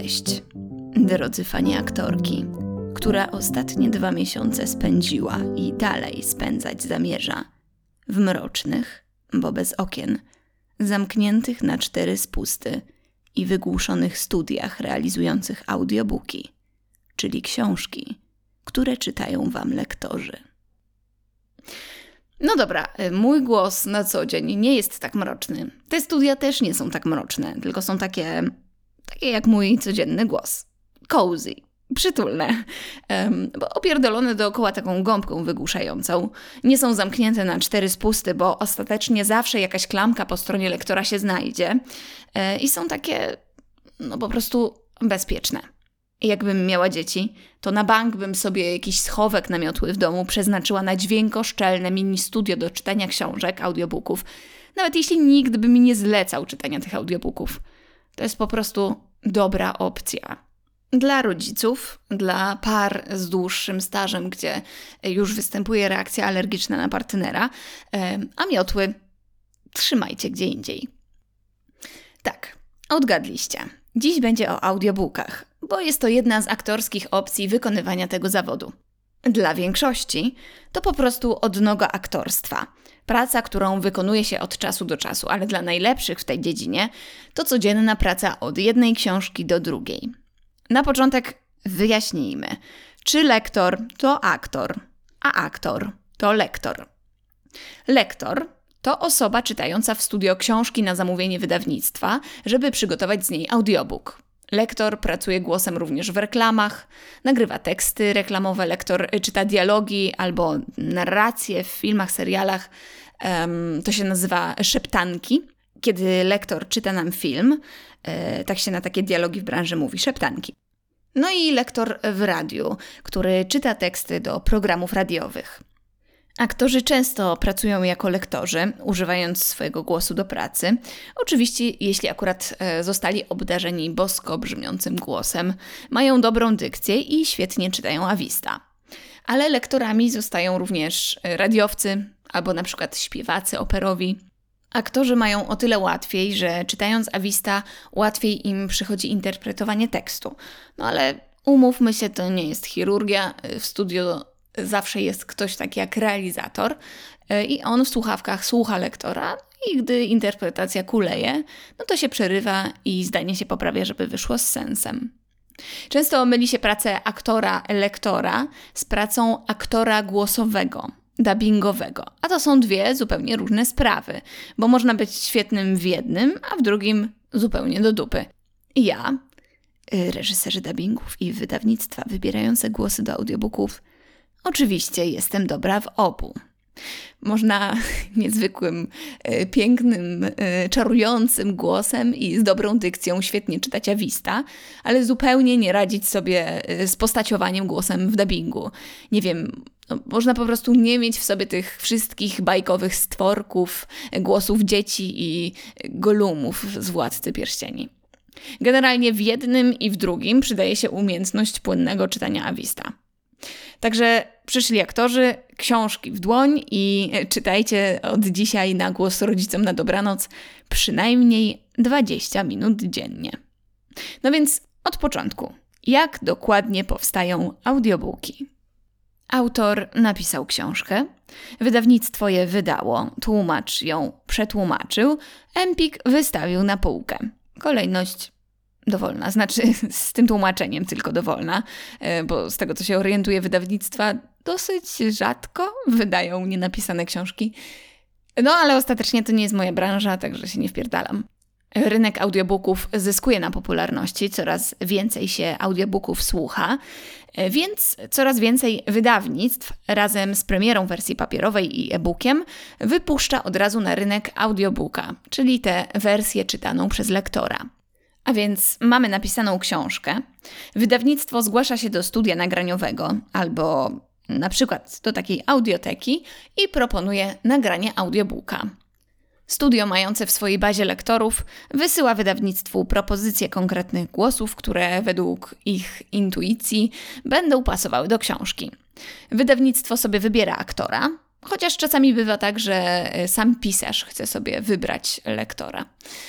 Cześć, drodzy fani aktorki, która ostatnie 2 miesiące spędziła i dalej spędzać zamierza w mrocznych, bo bez okien, zamkniętych na 4 spusty i wygłuszonych studiach realizujących audiobooki, czyli książki, które czytają wam lektorzy. No dobra, mój głos na co dzień nie jest tak mroczny. Te studia też nie są tak mroczne, tylko są takie jak mój codzienny głos. Cozy, przytulne, bo opierdolone dookoła taką gąbką wygłuszającą. Nie są zamknięte na 4 spusty, bo ostatecznie zawsze jakaś klamka po stronie lektora się znajdzie. I są takie, po prostu bezpieczne. Jakbym miała dzieci, to na bank bym sobie jakiś schowek namiotły w domu przeznaczyła na dźwiękoszczelne mini studio do czytania książek, audiobooków. Nawet jeśli nikt by mi nie zlecał czytania tych audiobooków. To jest po prostu dobra opcja. Dla rodziców, dla par z dłuższym stażem, gdzie już występuje reakcja alergiczna na partnera, a miotły trzymajcie gdzie indziej. Tak, odgadliście. Dziś będzie o audiobookach, bo jest to jedna z aktorskich opcji wykonywania tego zawodu. Dla większości to po prostu odnoga aktorstwa. Praca, którą wykonuje się od czasu do czasu, ale dla najlepszych w tej dziedzinie to codzienna praca od jednej książki do drugiej. Na początek wyjaśnijmy, czy lektor to aktor, a aktor to lektor. Lektor to osoba czytająca w studio książki na zamówienie wydawnictwa, żeby przygotować z niej audiobook. Lektor pracuje głosem również w reklamach, nagrywa teksty reklamowe, lektor czyta dialogi albo narracje w filmach, serialach. To się nazywa szeptanki. Kiedy lektor czyta nam film, tak się na takie dialogi w branży mówi, szeptanki. No i lektor w radiu, który czyta teksty do programów radiowych. Aktorzy często pracują jako lektorzy, używając swojego głosu do pracy. Oczywiście, jeśli akurat zostali obdarzeni bosko brzmiącym głosem, mają dobrą dykcję i świetnie czytają awista. Ale lektorami zostają również radiowcy albo na przykład śpiewacy operowi. Aktorzy mają o tyle łatwiej, że czytając awista łatwiej im przychodzi interpretowanie tekstu. No ale umówmy się, to nie jest chirurgia. W studio zawsze jest ktoś taki jak realizator i on w słuchawkach słucha lektora i gdy interpretacja kuleje, no to się przerywa i zdanie się poprawia, żeby wyszło z sensem. Często myli się pracę aktora-lektora z pracą aktora głosowego, dubbingowego. A to są 2 zupełnie różne sprawy, bo można być świetnym w jednym, a w drugim zupełnie do dupy. Ja, reżyserzy dubbingów i wydawnictwa wybierające głosy do audiobooków, oczywiście jestem dobra w obu. Można niezwykłym, pięknym, czarującym głosem i z dobrą dykcją świetnie czytać awista, ale zupełnie nie radzić sobie z postaciowaniem głosem w dubbingu. Nie wiem, można po prostu nie mieć w sobie tych wszystkich bajkowych stworków, głosów dzieci i golumów z Władcy Pierścieni. Generalnie w jednym i w drugim przydaje się umiejętność płynnego czytania awista. Także przyszli aktorzy, książki w dłoń i czytajcie od dzisiaj na głos rodzicom na dobranoc przynajmniej 20 minut dziennie. No więc od początku. Jak dokładnie powstają audiobooki? Autor napisał książkę, wydawnictwo je wydało, tłumacz ją przetłumaczył, Empik wystawił na półkę. Kolejność dowolna, znaczy z tym tłumaczeniem tylko dowolna, bo z tego co się orientuje wydawnictwa dosyć rzadko wydają nienapisane książki. No ale ostatecznie to nie jest moja branża, także się nie wpierdalam. Rynek audiobooków zyskuje na popularności, coraz więcej się audiobooków słucha, więc coraz więcej wydawnictw razem z premierą wersji papierowej i e-bookiem wypuszcza od razu na rynek audiobooka, czyli tę wersję czytaną przez lektora. A więc mamy napisaną książkę, wydawnictwo zgłasza się do studia nagraniowego albo na przykład do takiej audioteki i proponuje nagranie audiobooka. Studio mające w swojej bazie lektorów wysyła wydawnictwu propozycje konkretnych głosów, które według ich intuicji będą pasowały do książki. Wydawnictwo sobie wybiera aktora, chociaż czasami bywa tak, że sam pisarz chce sobie wybrać lektora.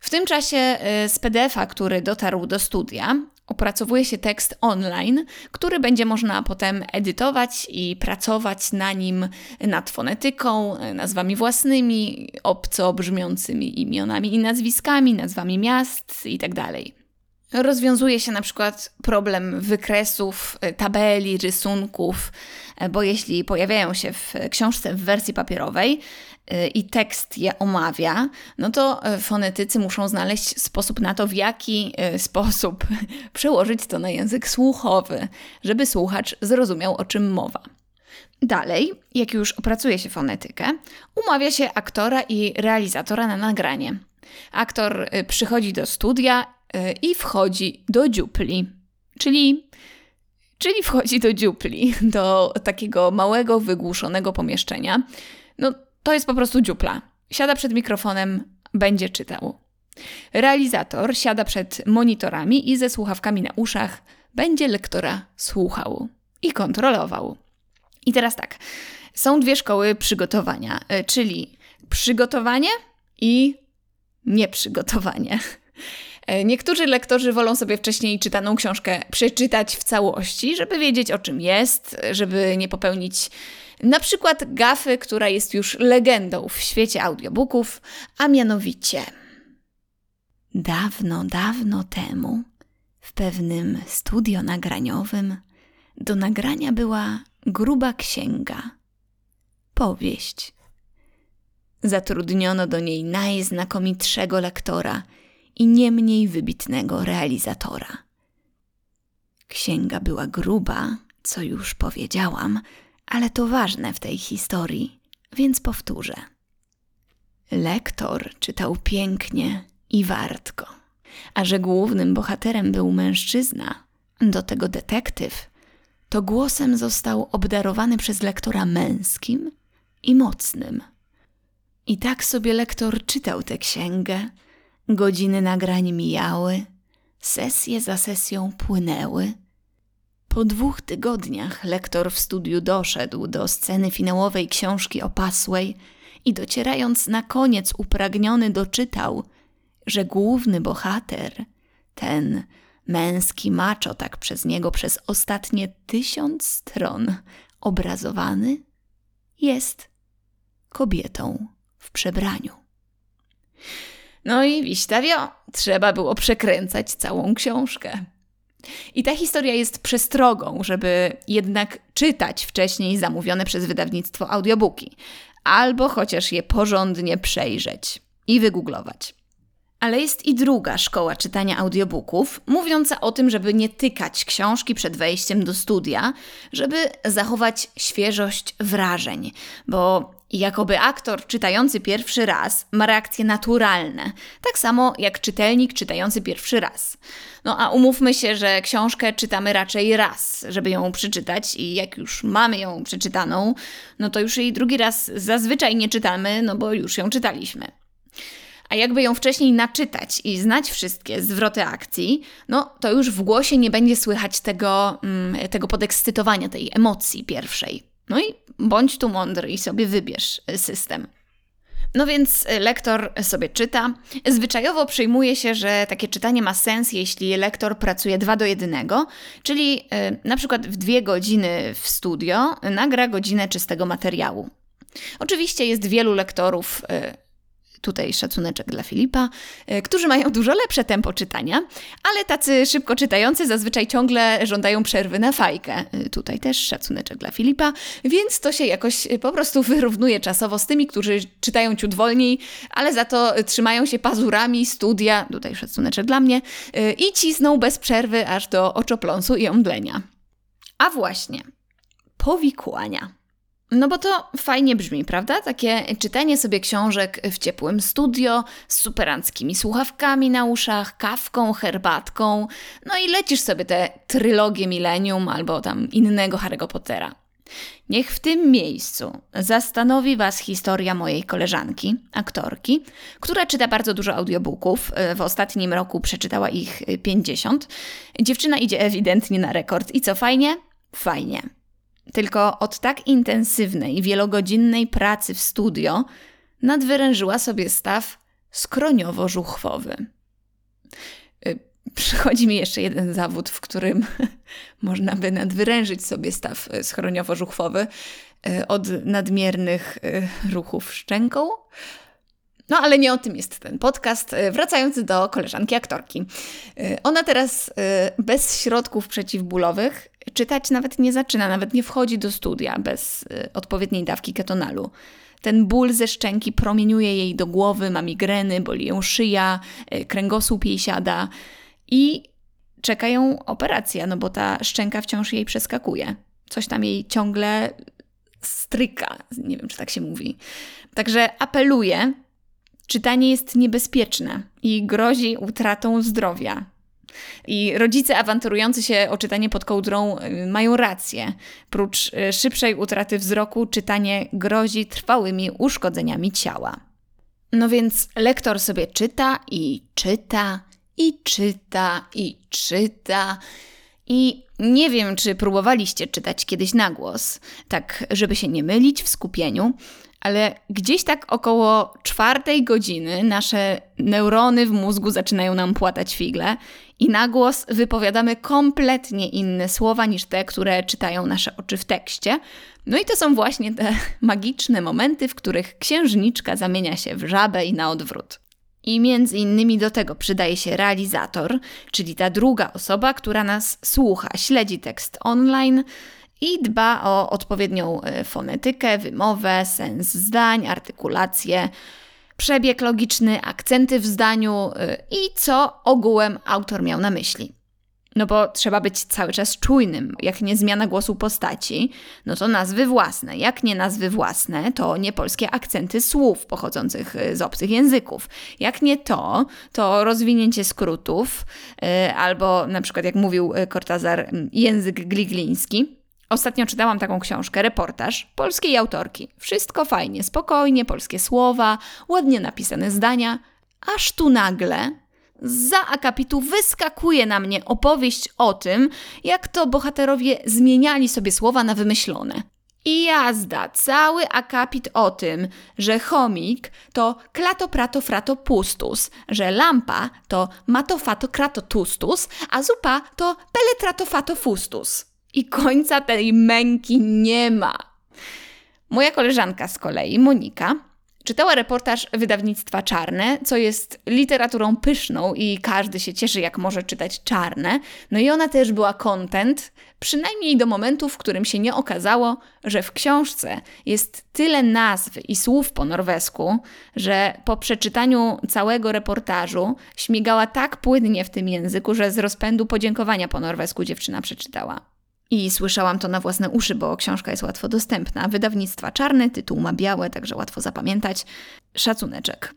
W tym czasie z PDF-a, który dotarł do studia, opracowuje się tekst online, który będzie można potem edytować i pracować na nim nad fonetyką, nazwami własnymi, obco brzmiącymi imionami i nazwiskami, nazwami miast itd. Rozwiązuje się na przykład problem wykresów, tabeli, rysunków, bo jeśli pojawiają się w książce w wersji papierowej i tekst je omawia, no to fonetycy muszą znaleźć sposób na to, w jaki sposób przełożyć to na język słuchowy, żeby słuchacz zrozumiał, o czym mowa. Dalej, jak już opracuje się fonetykę, umawia się aktora i realizatora na nagranie. Aktor przychodzi do studia i wchodzi do dziupli, czyli wchodzi do dziupli, do takiego małego, wygłuszonego pomieszczenia. No, to jest po prostu dziupla. Siada przed mikrofonem, będzie czytał. Realizator siada przed monitorami i ze słuchawkami na uszach będzie lektora słuchał i kontrolował. I teraz tak, są dwie szkoły przygotowania, czyli przygotowanie i nieprzygotowanie. Niektórzy lektorzy wolą sobie wcześniej czytaną książkę przeczytać w całości, żeby wiedzieć, o czym jest, żeby nie popełnić na przykład gafy, która jest już legendą w świecie audiobooków, a mianowicie dawno, dawno temu w pewnym studio nagraniowym do nagrania była gruba księga, powieść. Zatrudniono do niej najznakomitszego lektora i nie mniej wybitnego realizatora. Księga była gruba, co już powiedziałam, ale to ważne w tej historii, więc powtórzę. Lektor czytał pięknie i wartko, a że głównym bohaterem był mężczyzna, do tego detektyw, to głosem został obdarowany przez lektora męskim i mocnym. I tak sobie lektor czytał tę księgę, godziny nagrań mijały, sesje za sesją płynęły. Po 2 tygodniach lektor w studiu doszedł do sceny finałowej książki opasłej i docierając na koniec upragniony doczytał, że główny bohater, ten męski maczo tak przez niego przez ostatnie 1000 stron obrazowany, jest kobietą w przebraniu. No i wiśtawio, trzeba było przekręcać całą książkę. I ta historia jest przestrogą, żeby jednak czytać wcześniej zamówione przez wydawnictwo audiobooki, albo chociaż je porządnie przejrzeć i wygooglować. Ale jest i druga szkoła czytania audiobooków, mówiąca o tym, żeby nie tykać książki przed wejściem do studia, żeby zachować świeżość wrażeń, bo jakoby aktor czytający pierwszy raz ma reakcje naturalne, tak samo jak czytelnik czytający pierwszy raz. No a umówmy się, że książkę czytamy raczej raz, żeby ją przeczytać i jak już mamy ją przeczytaną, no to już jej drugi raz zazwyczaj nie czytamy, no bo już ją czytaliśmy. A jakby ją wcześniej naczytać i znać wszystkie zwroty akcji, no to już w głosie nie będzie słychać tego podekscytowania, tej emocji pierwszej. No i bądź tu mądry i sobie wybierz system. No więc lektor sobie czyta. Zwyczajowo przyjmuje się, że takie czytanie ma sens, jeśli lektor pracuje 2:1, czyli na przykład w 2 godziny w studio nagra godzinę czystego materiału. Oczywiście jest wielu lektorów, tutaj szacuneczek dla Filipa, którzy mają dużo lepsze tempo czytania, ale tacy szybko czytający zazwyczaj ciągle żądają przerwy na fajkę. Tutaj też szacuneczek dla Filipa, więc to się jakoś po prostu wyrównuje czasowo z tymi, którzy czytają ciut wolniej, ale za to trzymają się pazurami studia, tutaj szacuneczek dla mnie, i cisną bez przerwy aż do oczopląsu i omdlenia. A właśnie, powikłania. No bo to fajnie brzmi, prawda? Takie czytanie sobie książek w ciepłym studio, z superanckimi słuchawkami na uszach, kawką, herbatką, no i lecisz sobie tę trylogię Millennium albo tam innego Harry'ego Pottera. Niech w tym miejscu zastanowi Was historia mojej koleżanki, aktorki, która czyta bardzo dużo audiobooków. W ostatnim roku przeczytała ich 50. Dziewczyna idzie ewidentnie na rekord. I co, fajnie? Fajnie. Tylko od tak intensywnej, wielogodzinnej pracy w studio nadwyrężyła sobie staw skroniowo-żuchwowy. Przychodzi mi jeszcze jeden zawód, w którym można by nadwyrężyć sobie staw skroniowo-żuchwowy od nadmiernych ruchów szczęką. No ale nie o tym jest ten podcast. Wracając do koleżanki aktorki. Ona teraz bez środków przeciwbólowych czytać nawet nie zaczyna, nawet nie wchodzi do studia bez odpowiedniej dawki ketonalu. Ten ból ze szczęki promieniuje jej do głowy, ma migreny, boli ją szyja, kręgosłup jej siada i czeka ją operacja, no bo ta szczęka wciąż jej przeskakuje. Coś tam jej ciągle stryka, nie wiem, czy tak się mówi. Także apeluję, czytanie jest niebezpieczne i grozi utratą zdrowia. I rodzice awanturujący się o czytanie pod kołdrą mają rację. Prócz szybszej utraty wzroku, czytanie grozi trwałymi uszkodzeniami ciała. No więc lektor sobie czyta i czyta, i czyta, i czyta. I nie wiem, czy próbowaliście czytać kiedyś na głos, tak żeby się nie mylić w skupieniu, ale gdzieś tak około 4 godziny nasze neurony w mózgu zaczynają nam płatać figle i na głos wypowiadamy kompletnie inne słowa niż te, które czytają nasze oczy w tekście. No i to są właśnie te magiczne momenty, w których księżniczka zamienia się w żabę i na odwrót. I między innymi do tego przydaje się realizator, czyli ta druga osoba, która nas słucha, śledzi tekst online i dba o odpowiednią fonetykę, wymowę, sens zdań, artykulację, przebieg logiczny, akcenty w zdaniu i co ogółem autor miał na myśli. No bo trzeba być cały czas czujnym. Jak nie zmiana głosu postaci, no to nazwy własne. Jak nie nazwy własne, to nie polskie akcenty słów pochodzących z obcych języków. Jak nie to, to rozwinięcie skrótów, albo na przykład jak mówił Cortázar, język gligliński. Ostatnio czytałam taką książkę, reportaż polskiej autorki. Wszystko fajnie, spokojnie, polskie słowa, ładnie napisane zdania, aż tu nagle zza akapitu wyskakuje na mnie opowieść o tym, jak to bohaterowie zmieniali sobie słowa na wymyślone. I jazda, cały akapit o tym, że chomik to klato prato frato pustus, że lampa to mato fato krato tustus, a zupa to peletrato fato fustus. I końca tej męki nie ma. Moja koleżanka z kolei, Monika, czytała reportaż wydawnictwa Czarne, co jest literaturą pyszną i każdy się cieszy, jak może czytać czarne. No i ona też była content, przynajmniej do momentu, w którym się nie okazało, że w książce jest tyle nazw i słów po norwesku, że po przeczytaniu całego reportażu śmigała tak płynnie w tym języku, że z rozpędu podziękowania po norwesku dziewczyna przeczytała. I słyszałam to na własne uszy, bo książka jest łatwo dostępna. Wydawnictwa Czarne, tytuł ma białe, także łatwo zapamiętać. Szacuneczek.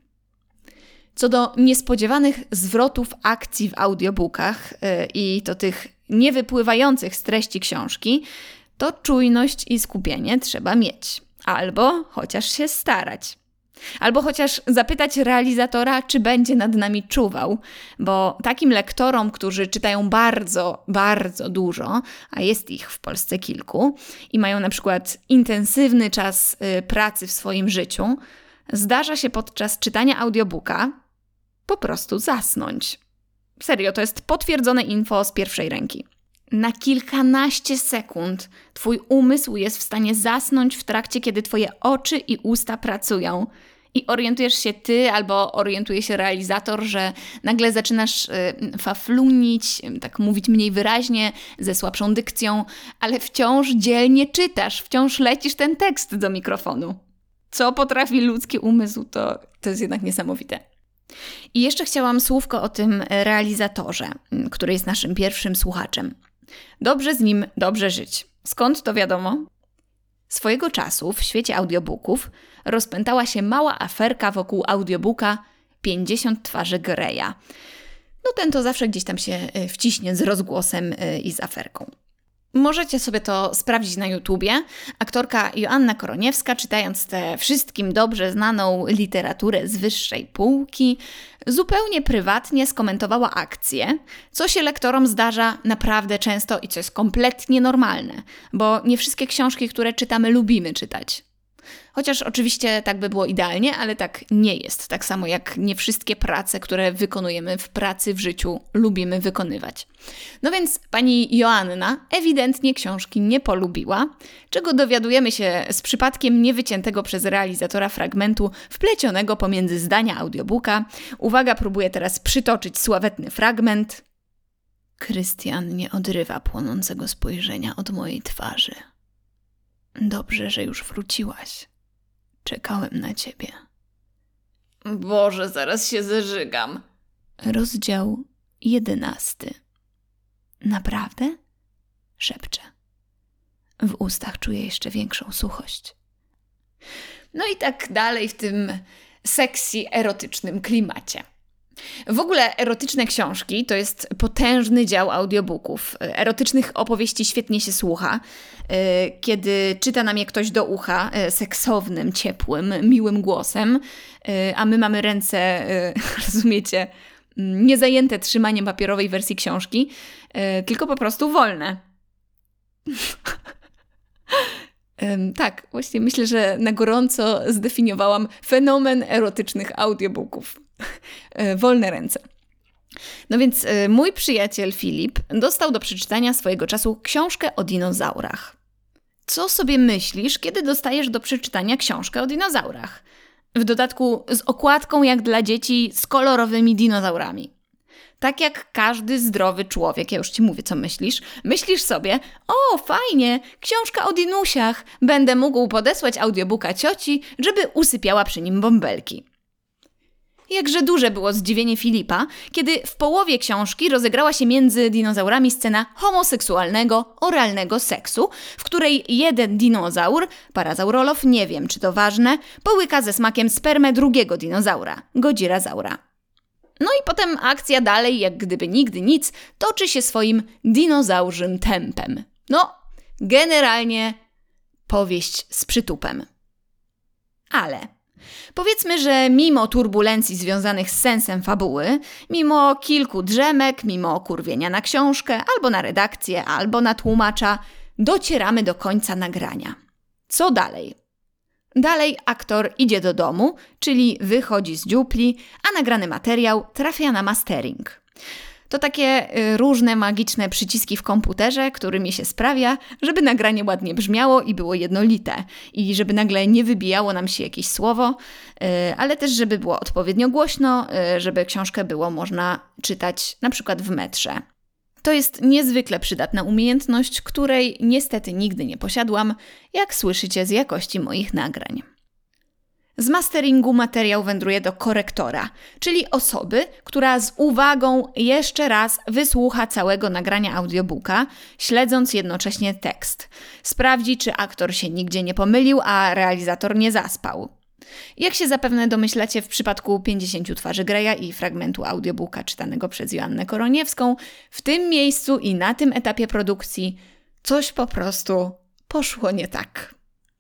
Co do niespodziewanych zwrotów akcji w audiobookach i to tych niewypływających z treści książki, to czujność i skupienie trzeba mieć. Albo chociaż się starać. Albo chociaż zapytać realizatora, czy będzie nad nami czuwał, bo takim lektorom, którzy czytają bardzo, bardzo dużo, a jest ich w Polsce kilku i mają na przykład intensywny czas pracy w swoim życiu, zdarza się podczas czytania audiobooka po prostu zasnąć. Serio, to jest potwierdzone info z pierwszej ręki. Na kilkanaście sekund twój umysł jest w stanie zasnąć w trakcie, kiedy twoje oczy i usta pracują i orientujesz się ty albo orientuje się realizator, że nagle zaczynasz faflunić, tak mówić mniej wyraźnie, ze słabszą dykcją, ale wciąż dzielnie czytasz, wciąż lecisz ten tekst do mikrofonu. Co potrafi ludzki umysł, to jest jednak niesamowite. I jeszcze chciałam słówko o tym realizatorze, który jest naszym pierwszym słuchaczem. Dobrze z nim, dobrze żyć. Skąd to wiadomo? Swojego czasu w świecie audiobooków rozpętała się mała aferka wokół audiobooka 50 twarzy Greya. No ten to zawsze gdzieś tam się wciśnie z rozgłosem i z aferką. Możecie sobie to sprawdzić na YouTubie. Aktorka Joanna Koroniewska, czytając tę wszystkim dobrze znaną literaturę z wyższej półki, zupełnie prywatnie skomentowała akcję, co się lektorom zdarza naprawdę często i co jest kompletnie normalne, bo nie wszystkie książki, które czytamy, lubimy czytać. Chociaż oczywiście tak by było idealnie, ale tak nie jest. Tak samo jak nie wszystkie prace, które wykonujemy w pracy, w życiu, lubimy wykonywać. No więc pani Joanna ewidentnie książki nie polubiła, czego dowiadujemy się z przypadkiem niewyciętego przez realizatora fragmentu wplecionego pomiędzy zdania audiobooka. Uwaga, próbuję teraz przytoczyć sławetny fragment. Krystian nie odrywa płonącego spojrzenia od mojej twarzy. Dobrze, że już wróciłaś. Czekałem na ciebie. Boże, zaraz się zeżygam. Rozdział 11. Naprawdę? Szepczę. W ustach czuję jeszcze większą suchość. No i tak dalej w tym sexy, erotycznym klimacie. W ogóle erotyczne książki to jest potężny dział audiobooków. Erotycznych opowieści świetnie się słucha, kiedy czyta nam je ktoś do ucha seksownym, ciepłym, miłym głosem, a my mamy ręce, rozumiecie, nie zajęte trzymaniem papierowej wersji książki, tylko po prostu wolne. Tak, właśnie myślę, że na gorąco zdefiniowałam fenomen erotycznych audiobooków. Wolne ręce. No więc mój przyjaciel Filip dostał do przeczytania swojego czasu książkę o dinozaurach. Co sobie myślisz, kiedy dostajesz do przeczytania książkę o dinozaurach? W dodatku z okładką jak dla dzieci z kolorowymi dinozaurami. Tak jak każdy zdrowy człowiek, ja już ci mówię, co myślisz. Myślisz sobie, o fajnie, książka o dinusiach, będę mógł podesłać audiobooka cioci, żeby usypiała przy nim bąbelki. Jakże duże było zdziwienie Filipa, kiedy w połowie książki rozegrała się między dinozaurami scena homoseksualnego, oralnego seksu, w której jeden dinozaur, parazaurolof, nie wiem czy to ważne, połyka ze smakiem spermę drugiego dinozaura, godzirazaura. No i potem akcja dalej, jak gdyby nigdy nic, toczy się swoim dinozaurzym tempem. No, generalnie powieść z przytupem. Ale powiedzmy, że mimo turbulencji związanych z sensem fabuły, mimo kilku drzemek, mimo kurwienia na książkę, albo na redakcję, albo na tłumacza, docieramy do końca nagrania. Co dalej? Dalej aktor idzie do domu, czyli wychodzi z dziupli, a nagrany materiał trafia na mastering. To takie różne magiczne przyciski w komputerze, którymi się sprawia, żeby nagranie ładnie brzmiało i było jednolite. I żeby nagle nie wybijało nam się jakieś słowo, ale też żeby było odpowiednio głośno, żeby książkę było można czytać na przykład w metrze. To jest niezwykle przydatna umiejętność, której niestety nigdy nie posiadłam, jak słyszycie z jakości moich nagrań. Z masteringu materiał wędruje do korektora, czyli osoby, która z uwagą jeszcze raz wysłucha całego nagrania audiobooka, śledząc jednocześnie tekst. Sprawdzi, czy aktor się nigdzie nie pomylił, a realizator nie zaspał. Jak się zapewne domyślacie w przypadku 50 twarzy Greya i fragmentu audiobooka czytanego przez Joannę Koroniewską, w tym miejscu i na tym etapie produkcji coś po prostu poszło nie tak.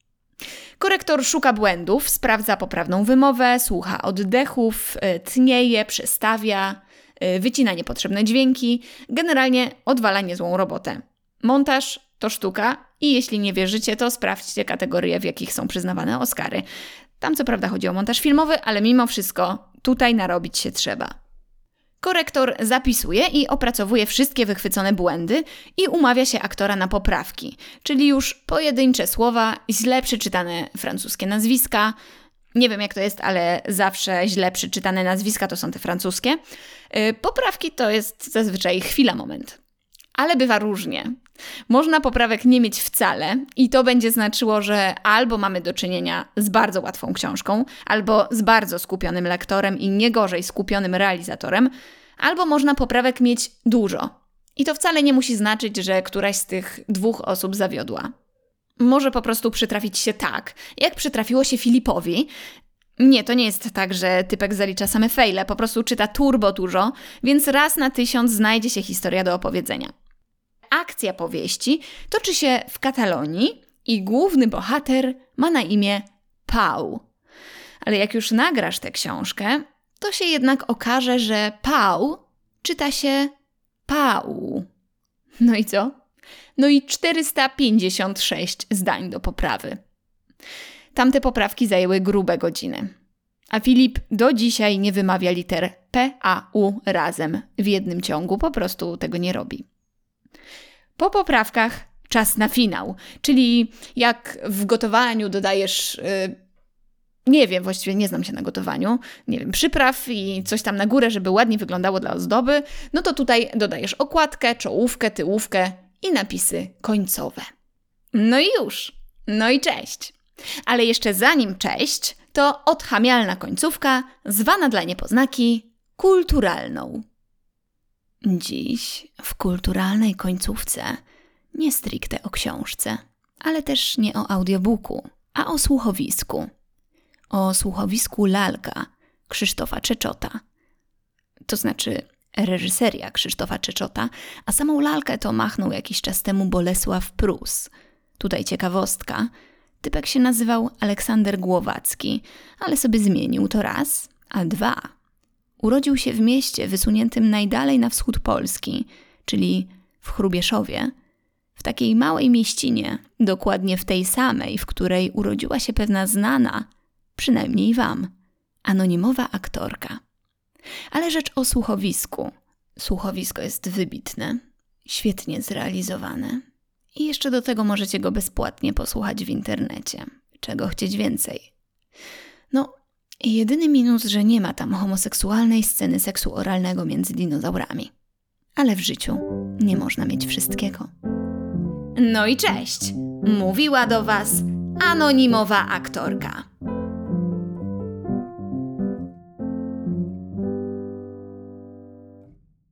Korektor szuka błędów, sprawdza poprawną wymowę, słucha oddechów, tnieje, przestawia, wycina niepotrzebne dźwięki, generalnie odwala niezłą robotę. Montaż to sztuka i jeśli nie wierzycie, to sprawdźcie kategorie, w jakich są przyznawane Oscary. Tam co prawda chodzi o montaż filmowy, ale mimo wszystko tutaj narobić się trzeba. Korektor zapisuje i opracowuje wszystkie wychwycone błędy i umawia się aktora na poprawki, czyli już pojedyncze słowa, źle przeczytane francuskie nazwiska. Nie wiem jak to jest, ale zawsze źle przeczytane nazwiska to są te francuskie. Poprawki to jest zazwyczaj chwila, moment. Ale bywa różnie. Można poprawek nie mieć wcale i to będzie znaczyło, że albo mamy do czynienia z bardzo łatwą książką, albo z bardzo skupionym lektorem i nie gorzej skupionym realizatorem, albo można poprawek mieć dużo. I to wcale nie musi znaczyć, że któraś z tych dwóch osób zawiodła. Może po prostu przytrafić się tak, jak przytrafiło się Filipowi. Nie, to nie jest tak, że typek zalicza same fejle, po prostu czyta turbo dużo, więc raz na 1000 znajdzie się historia do opowiedzenia. Akcja powieści toczy się w Katalonii i główny bohater ma na imię Pau. Ale jak już nagrasz tę książkę, to się jednak okaże, że Pau czyta się Pau. No i co? No i 456 zdań do poprawy. tamte poprawki zajęły grube godziny. A Filip do dzisiaj nie wymawia liter P, A, U razem w jednym ciągu, po prostu tego nie robi. Po poprawkach czas na finał, czyli jak w gotowaniu dodajesz, nie wiem, właściwie nie znam się na gotowaniu, nie wiem, przypraw i coś tam na górę, żeby ładnie wyglądało dla ozdoby, no to tutaj dodajesz okładkę, czołówkę, tyłówkę i napisy końcowe. No i już, no i cześć. Ale jeszcze zanim cześć, to odchamialna końcówka, zwana dla niepoznaki kulturalną. Dziś w kulturalnej końcówce nie stricte o książce, ale też nie o audiobooku, a o słuchowisku. O słuchowisku Lalka Krzysztofa Czeczota. To znaczy reżyseria Krzysztofa Czeczota, a samą lalkę to machnął jakiś czas temu Bolesław Prus. Tutaj ciekawostka. Typek się nazywał Aleksander Głowacki, ale sobie zmienił to raz, a dwa. Urodził się w mieście wysuniętym najdalej na wschód Polski, czyli w Hrubieszowie, w takiej małej mieścinie, dokładnie w tej samej, w której urodziła się pewna znana, przynajmniej wam, anonimowa aktorka. Ale rzecz o słuchowisku. Słuchowisko jest wybitne, świetnie zrealizowane. I jeszcze do tego możecie go bezpłatnie posłuchać w internecie. Czego chcieć więcej? No, jedyny minus, że nie ma tam homoseksualnej sceny seksu oralnego między dinozaurami. Ale w życiu nie można mieć wszystkiego. No i cześć! Mówiła do was anonimowa aktorka.